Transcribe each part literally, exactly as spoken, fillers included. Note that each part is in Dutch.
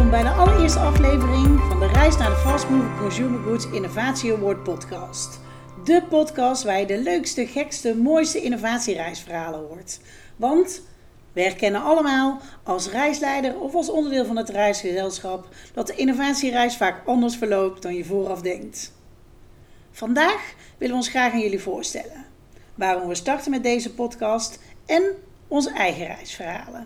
Welkom bij de allereerste aflevering van de Reis naar de Fast Moving Consumer Goods Innovatie Award podcast. De podcast waar je de leukste, gekste, mooiste innovatiereisverhalen hoort. Want we herkennen allemaal als reisleider of als onderdeel van het reisgezelschap dat de innovatiereis vaak anders verloopt dan je vooraf denkt. Vandaag willen we ons graag aan jullie voorstellen waarom we starten met deze podcast en onze eigen reisverhalen.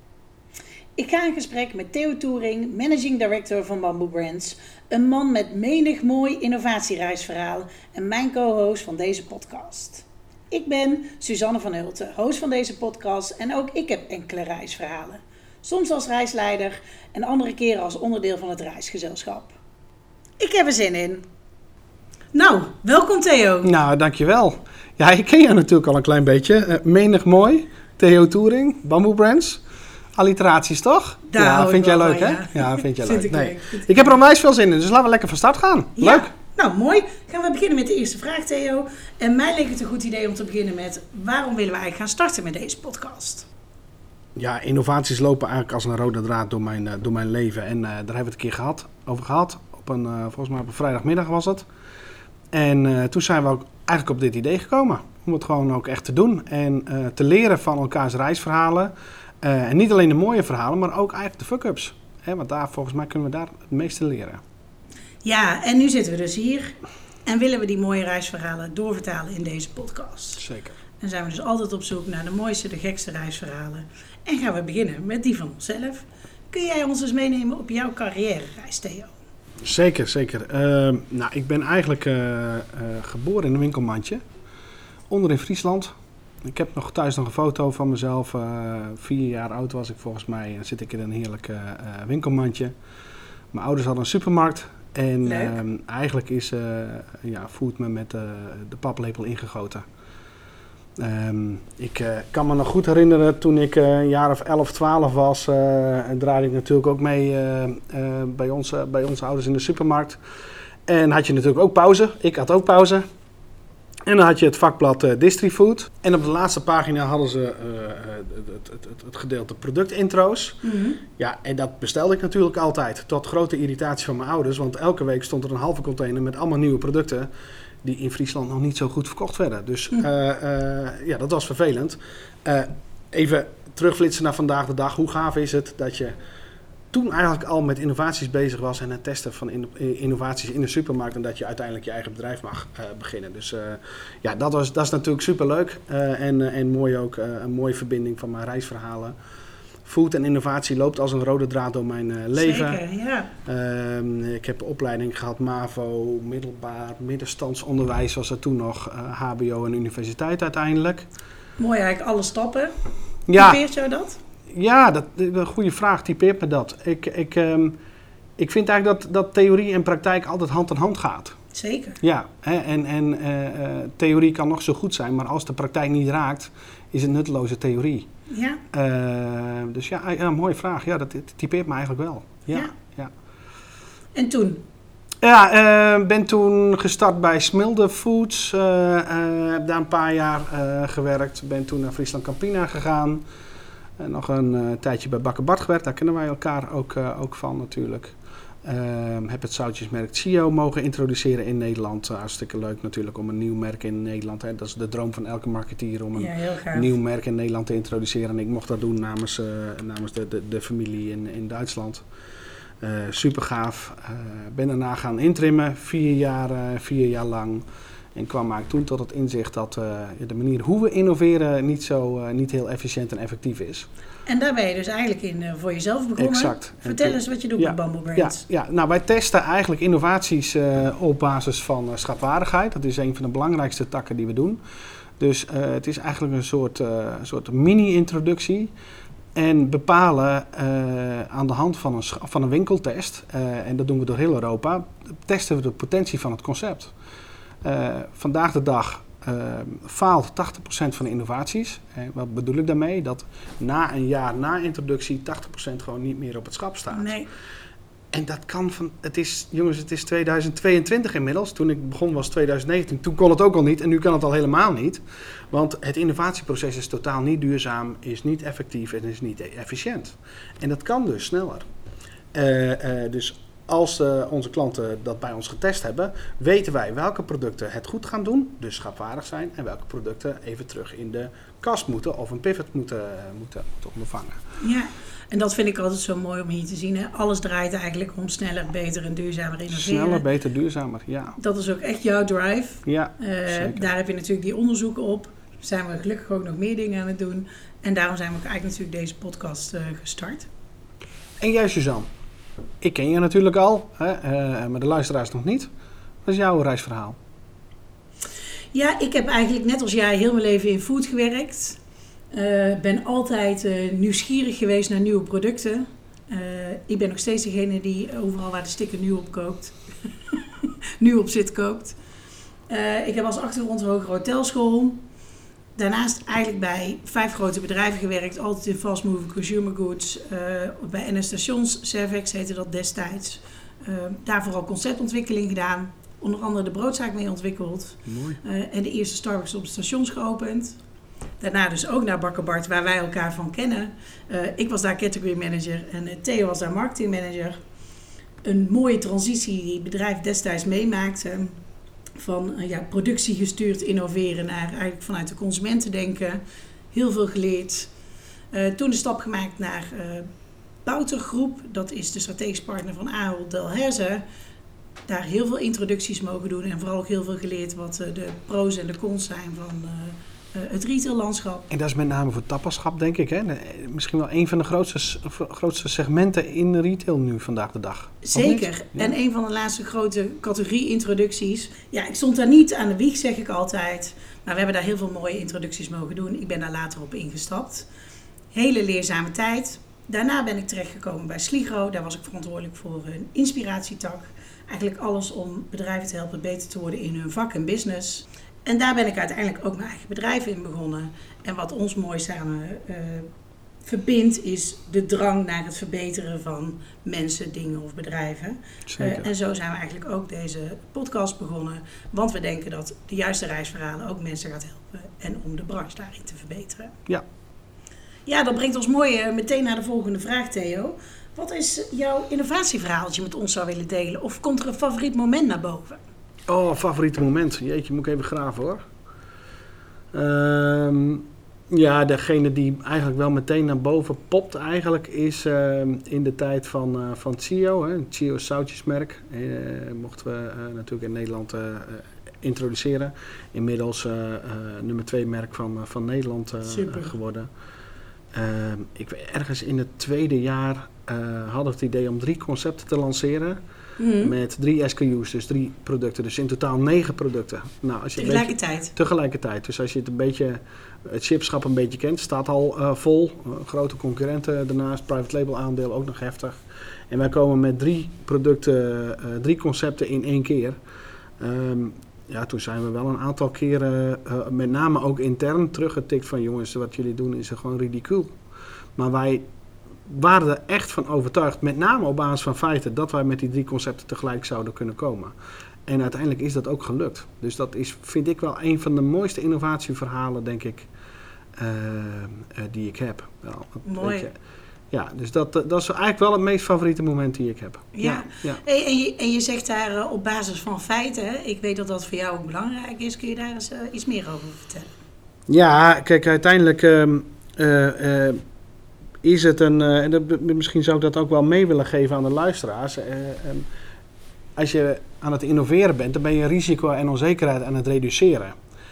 Ik ga in gesprek met Theo Toering, Managing Director van Bamboo Brands, een man met menig mooi innovatiereisverhaal en mijn co-host van deze podcast. Ik ben Suzanne van Hulten, host van deze podcast en ook ik heb enkele reisverhalen. Soms als reisleider en andere keren als onderdeel van het reisgezelschap. Ik heb er zin in. Nou, welkom Theo. Nou, dankjewel. Ja, ik ken jou natuurlijk al een klein beetje. Uh, menig mooi, Theo Toering, Bamboo Brands. Alliteraties toch? Daar ja, vind jij wel leuk van, hè? ja. Ja, vind jij Vind leuk. ik Nee. leuk, vind ik Ik heb er onwijs veel zin in, dus laten we lekker van start gaan. Ja, Leuk. nou mooi. Gaan we beginnen met de eerste vraag Theo. En mij leek het een goed idee om te beginnen met waarom willen we eigenlijk gaan starten met deze podcast? Ja, innovaties lopen eigenlijk als een rode draad door mijn, uh, door mijn leven. En uh, daar hebben we het een keer gehad, over gehad. Op een, uh, volgens mij op een vrijdagmiddag was het. En uh, toen zijn we ook eigenlijk op dit idee gekomen. Om het gewoon ook echt te doen. En uh, te leren van elkaars reisverhalen. Uh, en niet alleen de mooie verhalen, maar ook eigenlijk de fuck-ups. Hè, want daar, volgens mij kunnen we daar het meeste leren. Ja, en nu zitten we dus hier en willen we die mooie reisverhalen doorvertalen in deze podcast. Zeker. En zijn we dus altijd op zoek naar de mooiste, de gekste reisverhalen. En gaan we beginnen met die van onszelf. Kun jij ons eens meenemen op jouw carrière-reis, Theo? Zeker, zeker. Uh, nou, ik ben eigenlijk uh, uh, geboren in een winkelmandje. Onder in Friesland. Ik heb nog thuis nog een foto van mezelf. Uh, vier jaar oud was ik volgens mij. En dan zit ik in een heerlijk uh, winkelmandje. Mijn ouders hadden een supermarkt. En uh, eigenlijk is uh, ja, food me met uh, de paplepel ingegoten. Um, ik uh, kan me nog goed herinneren toen ik uh, een jaar of elf, twaalf was. Uh, en draaide ik natuurlijk ook mee uh, uh, bij, ons, uh, bij onze ouders in de supermarkt. En had je natuurlijk ook pauze. Ik had ook pauze. En dan had je het vakblad uh, Distrifood. En op de laatste pagina hadden ze uh, het, het, het, het gedeelte productintro's. Mm-hmm. Ja, en dat bestelde ik natuurlijk altijd. Tot grote irritatie van mijn ouders. Want elke week stond er een halve container met allemaal nieuwe producten. Die in Friesland nog niet zo goed verkocht werden. Dus uh, uh, ja, dat was vervelend. Uh, even terugflitsen naar vandaag de dag. Hoe gaaf is het dat je toen eigenlijk al met innovaties bezig was en het testen van innovaties in de supermarkt en dat je uiteindelijk je eigen bedrijf mag uh, beginnen. Dus uh, ja, dat, was, dat is natuurlijk superleuk uh, en, uh, en mooi ook, uh, een mooie verbinding van mijn reisverhalen. Food en innovatie loopt als een rode draad door mijn uh, leven. Zeker, ja. Uh, ik heb opleiding gehad, MAVO, middelbaar, middenstandsonderwijs was er toen nog, uh, H B O en universiteit uiteindelijk. Mooi eigenlijk, alle stappen. Ja. Typeert jou dat? Ja, dat, een goede vraag. Typeert me dat. Ik, ik, um, ik vind eigenlijk dat, dat theorie en praktijk altijd hand in hand gaat. Zeker. Ja, hè, en, en uh, uh, theorie kan nog zo goed zijn, maar als de praktijk niet raakt, is het nutteloze theorie. Ja. Uh, dus ja, ja, mooie vraag. Ja, dat, dat typeert me eigenlijk wel. Ja. Ja. ja. En toen? Ja, ik uh, ben toen gestart bij Smilde Foods. Uh, uh, heb daar een paar jaar uh, gewerkt. Ben toen naar Friesland Campina gegaan. Uh, nog een uh, tijdje bij Bakker Bart gewerkt. Daar kennen wij elkaar ook, uh, ook van natuurlijk. Uh, heb het zoutjesmerk C I O mogen introduceren in Nederland. Uh, hartstikke leuk natuurlijk om een nieuw merk in Nederland. Hè. Dat is de droom van elke marketeer om een ja, nieuw merk in Nederland te introduceren. En ik mocht dat doen namens, uh, namens de, de, de familie in, in Duitsland. Uh, super gaaf. Uh, ben daarna gaan intrimmen, vier jaar, uh, vier jaar lang. En kwam eigenlijk toen tot het inzicht dat uh, de manier hoe we innoveren niet, zo, uh, niet heel efficiënt en effectief is. En daar ben je dus eigenlijk in uh, voor jezelf begonnen. Exact. Vertel eens wat je doet ja, met Bamboo Brands. Ja, ja, nou wij testen eigenlijk innovaties uh, op basis van uh, schapwaardigheid. Dat is een van de belangrijkste takken die we doen. Dus uh, het is eigenlijk een soort, uh, soort mini-introductie. En bepalen uh, aan de hand van een, van een winkeltest, uh, en dat doen we door heel Europa, testen we de potentie van het concept. Uh, vandaag de dag uh, faalt tachtig procent van de innovaties. En wat bedoel ik daarmee? Dat na een jaar na introductie tachtig procent gewoon niet meer op het schap staat. Nee. En dat kan van, het is, jongens, het is tweeduizend tweeëntwintig inmiddels. Toen ik begon was tweeduizend negentien. Toen kon het ook al niet en nu kan het al helemaal niet. Want het innovatieproces is totaal niet duurzaam, is niet effectief en is niet efficiënt. En dat kan dus sneller. Uh, uh, dus als uh, onze klanten dat bij ons getest hebben, weten wij welke producten het goed gaan doen, dus schapwaardig zijn, en welke producten even terug in de kast moeten of een pivot moeten, moeten, moeten ondervangen. Ja, en dat vind ik altijd zo mooi om hier te zien. Hè? Alles draait eigenlijk om sneller, beter en duurzamer innoveren. Sneller, beter, duurzamer, ja. Dat is ook echt jouw drive. Ja, uh, daar heb je natuurlijk die onderzoeken op. Zijn we gelukkig ook nog meer dingen aan het doen. En daarom zijn we ook eigenlijk natuurlijk deze podcast uh, gestart. En jij, Suzanne, ik ken je natuurlijk al, hè, uh, maar de luisteraars nog niet. Wat is jouw reisverhaal? Ja, ik heb eigenlijk net als jij heel mijn leven in food gewerkt. Uh, ben altijd uh, nieuwsgierig geweest naar nieuwe producten. Uh, ik ben nog steeds degene die overal waar de sticker nu op koopt, nu op zit koopt. Uh, ik heb als achtergrond hogere hotelschool. Daarnaast eigenlijk bij vijf grote bedrijven gewerkt. Altijd in fast moving consumer goods. Uh, bij N S Stations, Servex heette dat destijds. Uh, daar vooral conceptontwikkeling gedaan. Onder andere de broodzaak mee ontwikkeld. Mooi. Uh, en de eerste Starbucks op de stations geopend. Daarna dus ook naar Bakker Bart, waar wij elkaar van kennen. Uh, ik was daar category manager en uh, Theo was daar marketing manager. Een mooie transitie die het bedrijf destijds meemaakte. Van uh, ja, productie gestuurd innoveren naar eigenlijk vanuit de consumenten denken. Heel veel geleerd. Uh, toen de stap gemaakt naar uh, Bouter Groep. Dat is de strategisch partner van Ahold Delhaize. Daar heel veel introducties mogen doen. En vooral ook heel veel geleerd wat uh, de pro's en de cons zijn van uh, uh, het retaillandschap. En dat is met name voor tappaschap, denk ik. Hè? Misschien wel een van de grootste, grootste segmenten in retail nu vandaag de dag. Zeker. Ja. En een van de laatste grote categorie-introducties. Ja, ik stond daar niet aan de wieg, zeg ik altijd. Maar we hebben daar heel veel mooie introducties mogen doen. Ik ben daar later op ingestapt. Hele leerzame tijd. Daarna ben ik terechtgekomen bij Sligro. Daar was ik verantwoordelijk voor een inspiratietak. Eigenlijk alles om bedrijven te helpen beter te worden in hun vak en business. En daar ben ik uiteindelijk ook mijn eigen bedrijf in begonnen. En wat ons mooi samen uh, verbindt is de drang naar het verbeteren van mensen, dingen of bedrijven. Uh, en zo zijn we eigenlijk ook deze podcast begonnen. Want we denken dat de juiste reisverhalen ook mensen gaat helpen. En om de branche daarin te verbeteren. Ja. Ja, dat brengt ons mooi uh, meteen naar de volgende vraag, Theo. Wat is jouw innovatieverhaaltje met ons zou willen delen? Of komt er een favoriet moment naar boven? Oh, favoriete moment. Jeetje, moet ik even graven hoor. Um, ja, degene die eigenlijk wel meteen naar boven popt eigenlijk is uh, in de tijd van, uh, van Chio. Hè. Chio zoutjesmerk. Uh, mochten we uh, natuurlijk in Nederland uh, introduceren. Inmiddels uh, uh, nummer twee merk van, uh, van Nederland uh, geworden. Uh, ik weet, ergens in het tweede jaar uh, hadden we het idee om drie concepten te lanceren. Mm-hmm. Met drie S K U's, dus drie producten. Dus in totaal negen producten. Nou, als je tegelijkertijd? Beetje, tegelijkertijd. Dus als je het een beetje, het chipschap een beetje kent, staat al uh, vol. Uh, grote concurrenten daarnaast, private label aandeel ook nog heftig. En wij komen met drie producten, uh, drie concepten in één keer. Um, ja, toen zijn we wel een aantal keren, uh, met name ook intern, teruggetikt van jongens, wat jullie doen is er gewoon ridicuul. Maar wij waren er echt van overtuigd, met name op basis van feiten, dat wij met die drie concepten tegelijk zouden kunnen komen. En uiteindelijk is dat ook gelukt. Dus dat is, vind ik wel, een van de mooiste innovatieverhalen, denk ik, uh, uh, die ik heb. Wel, Mooi. Weet je, ja, dus dat, dat is eigenlijk wel het meest favoriete moment die ik heb. Ja, ja, ja. Hey, en, je, en je zegt daar uh, op basis van feiten, hè? Ik weet dat dat voor jou ook belangrijk is. Kun je daar eens uh, iets meer over vertellen? Ja, kijk, uiteindelijk uh, uh, uh, is het een... Uh, en dat, misschien zou ik dat ook wel mee willen geven aan de luisteraars. Uh, um, als je aan het innoveren bent, dan ben je risico en onzekerheid aan het reduceren.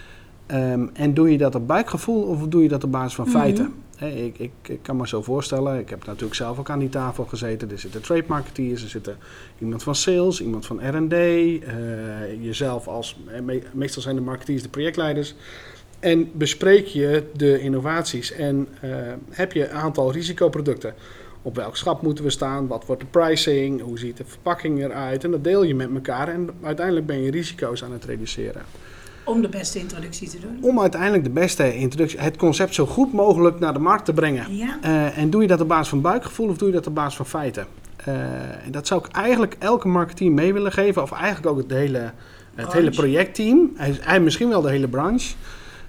Um, en doe je dat op buikgevoel of doe je dat op basis van feiten? Mm-hmm. He, ik, ik, ik kan me zo voorstellen, ik heb natuurlijk zelf ook aan die tafel gezeten. Er zitten trade marketeers, er zitten iemand van sales, iemand van R en D, uh, jezelf als, me, meestal zijn de marketeers de projectleiders. En bespreek je de innovaties en uh, heb je een aantal risicoproducten. Op welk schap moeten we staan, wat wordt de pricing, hoe ziet de verpakking eruit. En dat deel je met elkaar en uiteindelijk ben je risico's aan het reduceren. Om de beste introductie te doen. Om uiteindelijk de beste introductie, het concept zo goed mogelijk naar de markt te brengen. Ja. Uh, en doe je dat op basis van buikgevoel of doe je dat op basis van feiten? Uh, en dat zou ik eigenlijk elke marketeer mee willen geven. Of eigenlijk ook het hele, het hele projectteam. En misschien wel de hele branche.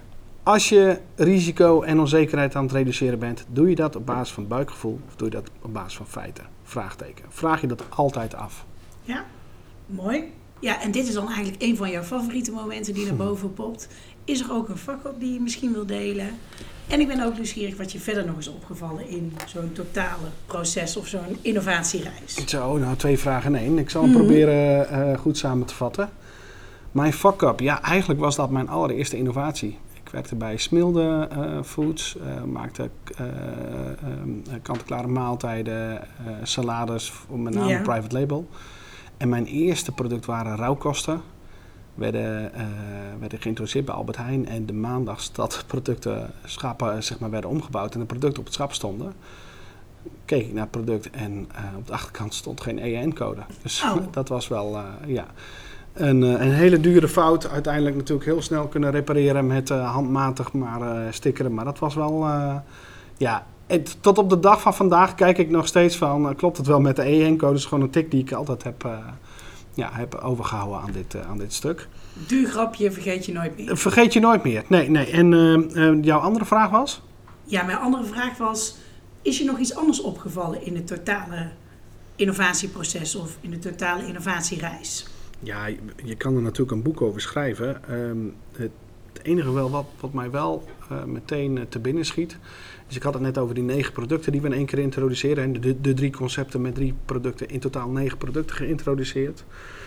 Als je risico en onzekerheid aan het reduceren bent, doe je dat op basis van buikgevoel of doe je dat op basis van feiten? Vraagteken. Vraag je dat altijd af. Ja, mooi. Ja, en dit is dan eigenlijk een van jouw favoriete momenten die naar boven popt. Is er ook een vakop die je misschien wil delen? En ik ben ook nieuwsgierig wat je verder nog is opgevallen in zo'n totale proces of zo'n innovatiereis. Zo, nou twee vragen in één. Ik zal hem mm-hmm. proberen uh, goed samen te vatten. Mijn fuck-up, ja, eigenlijk was dat mijn allereerste innovatie. Ik werkte bij Smilde uh, Foods, uh, maakte uh, um, kant-en-klare maaltijden, uh, salades, met name yeah. private label. En mijn eerste product waren rauwkosten. Werden, uh, werden geïntroduceerd bij Albert Heijn. En de maandags dat producten, schapen zeg maar, werden omgebouwd en de producten op het schap stonden, keek ik naar het product en uh, op de achterkant stond geen E N code. Dus oh. dat was wel, uh, ja... Een, een hele dure fout. Uiteindelijk natuurlijk heel snel kunnen repareren met uh, handmatig maar uh, stickeren. Maar dat was wel... Uh, ja, het, tot op de dag van vandaag kijk ik nog steeds van... Uh, klopt het wel met de E N-code? Dat is gewoon een tik die ik altijd heb, uh, ja, heb overgehouden aan dit, uh, aan dit stuk. Duur grapje vergeet je nooit meer. Vergeet je nooit meer. Nee, nee. En uh, uh, jouw andere vraag was? Ja, mijn andere vraag was... Is je nog iets anders opgevallen in het totale innovatieproces... of in de totale innovatiereis? Ja, je kan er natuurlijk een boek over schrijven. Um, het, het enige wel wat, wat mij wel uh, meteen uh, te binnen schiet... Dus ik had het net over die negen producten die we in één keer introduceren. En de, de drie concepten met drie producten, in totaal negen producten geïntroduceerd.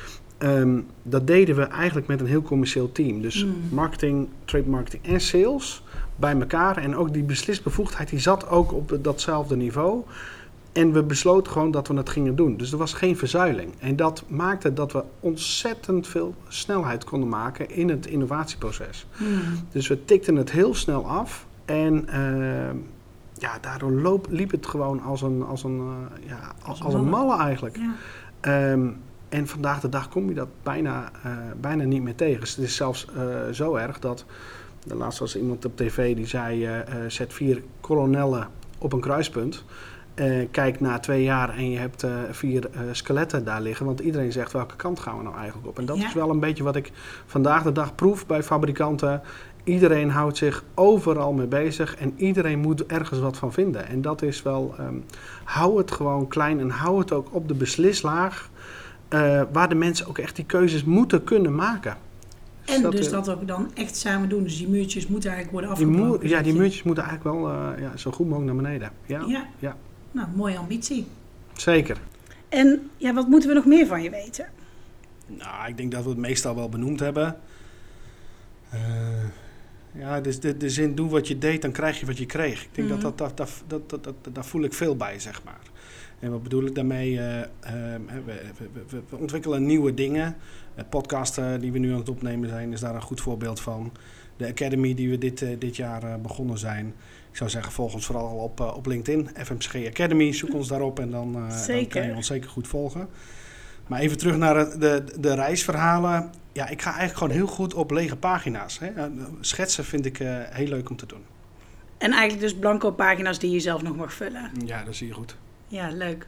Um, dat deden we eigenlijk met een heel commercieel team. Dus mm. marketing, trade marketing en sales bij elkaar. En ook die beslisbevoegdheid die zat ook op datzelfde niveau... En we besloten gewoon dat we het gingen doen. Dus er was geen verzuiling. En dat maakte dat we ontzettend veel snelheid konden maken in het innovatieproces. Hmm. Dus we tikten het heel snel af. En uh, ja, daardoor loop, liep het gewoon als een, als een, uh, ja, als, als een malle eigenlijk. Ja. Um, en vandaag de dag kom je dat bijna, uh, bijna niet meer tegen. Dus het is zelfs uh, zo erg dat... De laatste was iemand op tv die zei... Uh, uh, zet vier kolonellen op een kruispunt... Uh, kijk na twee jaar en je hebt uh, vier uh, skeletten daar liggen. Want iedereen zegt welke kant gaan we nou eigenlijk op. En dat ja. is wel een beetje wat ik vandaag de dag proef bij fabrikanten. Iedereen houdt zich overal mee bezig en iedereen moet ergens wat van vinden. En dat is wel, um, hou het gewoon klein en hou het ook op de beslislaag. Uh, waar de mensen ook echt die keuzes moeten kunnen maken. En dus dat, dus dat ook dan echt samen doen. Dus die muurtjes moeten eigenlijk worden afgebroken. Die moe- ja, die muurtjes moeten eigenlijk wel uh, ja, zo goed mogelijk naar beneden. Ja, ja. ja. Nou, mooie ambitie. Zeker. En ja, wat moeten we nog meer van je weten? Nou, ik denk dat we het meestal wel benoemd hebben. Uh, ja, dus de, de zin, doe wat je deed, dan krijg je wat je kreeg. Ik denk mm-hmm. dat, dat, dat, dat, dat, dat, dat, daar voel ik veel bij, zeg maar. En wat bedoel ik daarmee? Uh, uh, we, we, we, we ontwikkelen nieuwe dingen. De podcast uh, die we nu aan het opnemen zijn, is daar een goed voorbeeld van. De Academy die we dit, uh, dit jaar uh, begonnen zijn. Ik zou zeggen, volg ons vooral op, uh, op LinkedIn. F M C G Academy, zoek ons daarop en dan, uh, dan kan je ons zeker goed volgen. Maar even terug naar de, de reisverhalen. Ja, ik ga eigenlijk gewoon heel goed op lege pagina's. Hè. Schetsen vind ik uh, heel leuk om te doen. En eigenlijk dus blanco pagina's die je zelf nog mag vullen. Ja, dat zie je goed. Ja, leuk.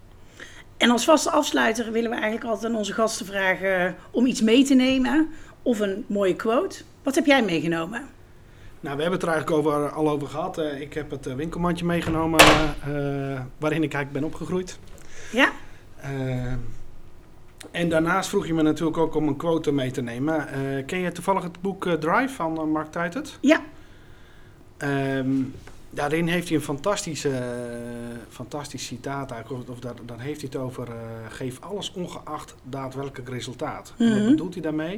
En als vaste afsluiter willen we eigenlijk altijd aan onze gasten vragen om iets mee te nemen. Of een mooie quote. Wat heb jij meegenomen? Nou, we hebben het er eigenlijk over, al over gehad. Uh, ik heb het uh, winkelmandje meegenomen uh, waarin ik eigenlijk ben opgegroeid. Ja. Uh, en daarnaast vroeg je me natuurlijk ook om een quote mee te nemen. Uh, ken je toevallig het boek uh, Drive van uh, Mark Tuitert? Ja. Um, daarin heeft hij een fantastische, uh, fantastisch citaat eigenlijk. Of, of daar, daar heeft hij het over, uh, geef alles ongeacht daadwerkelijk resultaat. Mm-hmm. Wat bedoelt hij daarmee?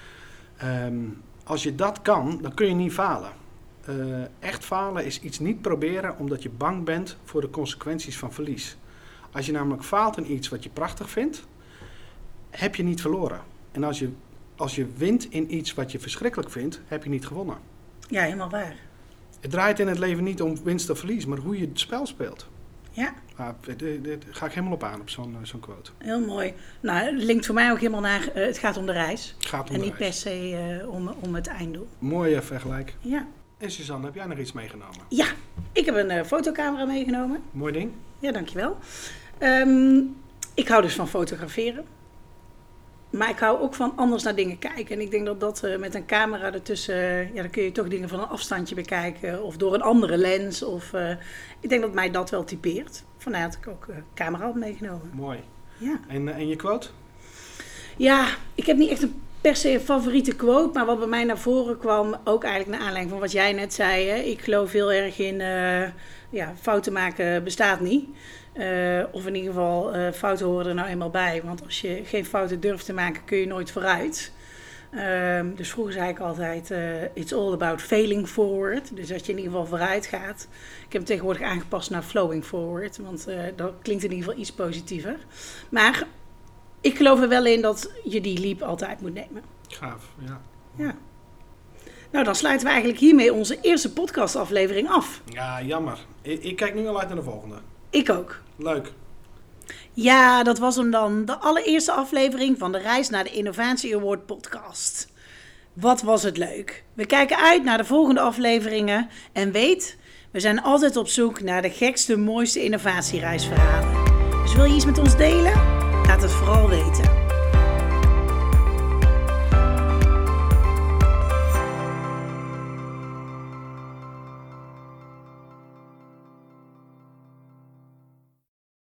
Um, als je dat kan, dan kun je niet falen. Uh, echt falen is iets niet proberen omdat je bang bent voor de consequenties van verlies. Als je namelijk faalt in iets wat je prachtig vindt, heb je niet verloren. En als je, als je wint in iets wat je verschrikkelijk vindt, heb je niet gewonnen. Ja, helemaal waar. Het draait in het leven niet om winst of verlies, maar hoe je het spel speelt. Ja. Ah, daar ga ik helemaal op aan, op zo'n, zo'n quote. Heel mooi. Nou, het linkt voor mij ook helemaal naar, uh, het gaat om de reis. Het gaat om en de niet reis. per se uh, om, om het einddoel. Mooie vergelijk. Ja. En Suzanne, heb jij nog iets meegenomen? Ja, ik heb een uh, fotocamera meegenomen. Mooi ding. Ja, dankjewel. Um, ik hou dus van fotograferen. Maar ik hou ook van anders naar dingen kijken. En ik denk dat dat uh, met een camera ertussen... Ja, dan kun je toch dingen van een afstandje bekijken. Of door een andere lens. Of, uh, ik denk dat mij dat wel typeert. Vandaar dat ik ook uh, camera had meegenomen. Mooi. Ja. En, uh, en je quote? Ja, ik heb niet echt een per se een favoriete quote. Maar wat bij mij naar voren kwam... Ook eigenlijk naar aanleiding van wat jij net zei. Hè? Ik geloof heel erg in... Uh, ja, fouten maken bestaat niet. Uh, of in ieder geval, uh, fouten horen er nou eenmaal bij. Want als je geen fouten durft te maken, kun je nooit vooruit. Uh, dus vroeger zei ik altijd, uh, it's all about failing forward. Dus dat je in ieder geval vooruit gaat. Ik heb hem tegenwoordig aangepast naar flowing forward. Want uh, dat klinkt in ieder geval iets positiever. Maar ik geloof er wel in dat je die leap altijd moet nemen. Gaaf, ja. Ja. Nou, dan sluiten we eigenlijk hiermee onze eerste podcastaflevering af. Ja, jammer. Ik, ik kijk nu al uit naar de volgende. Ik ook. Leuk. Ja, dat was hem dan. De allereerste aflevering van de Reis naar de Innovatie Award podcast. Wat was het leuk. We kijken uit naar de volgende afleveringen. En weet, we zijn altijd op zoek naar de gekste, mooiste innovatiereisverhalen. Dus wil je iets met ons delen? Laat het vooral weten.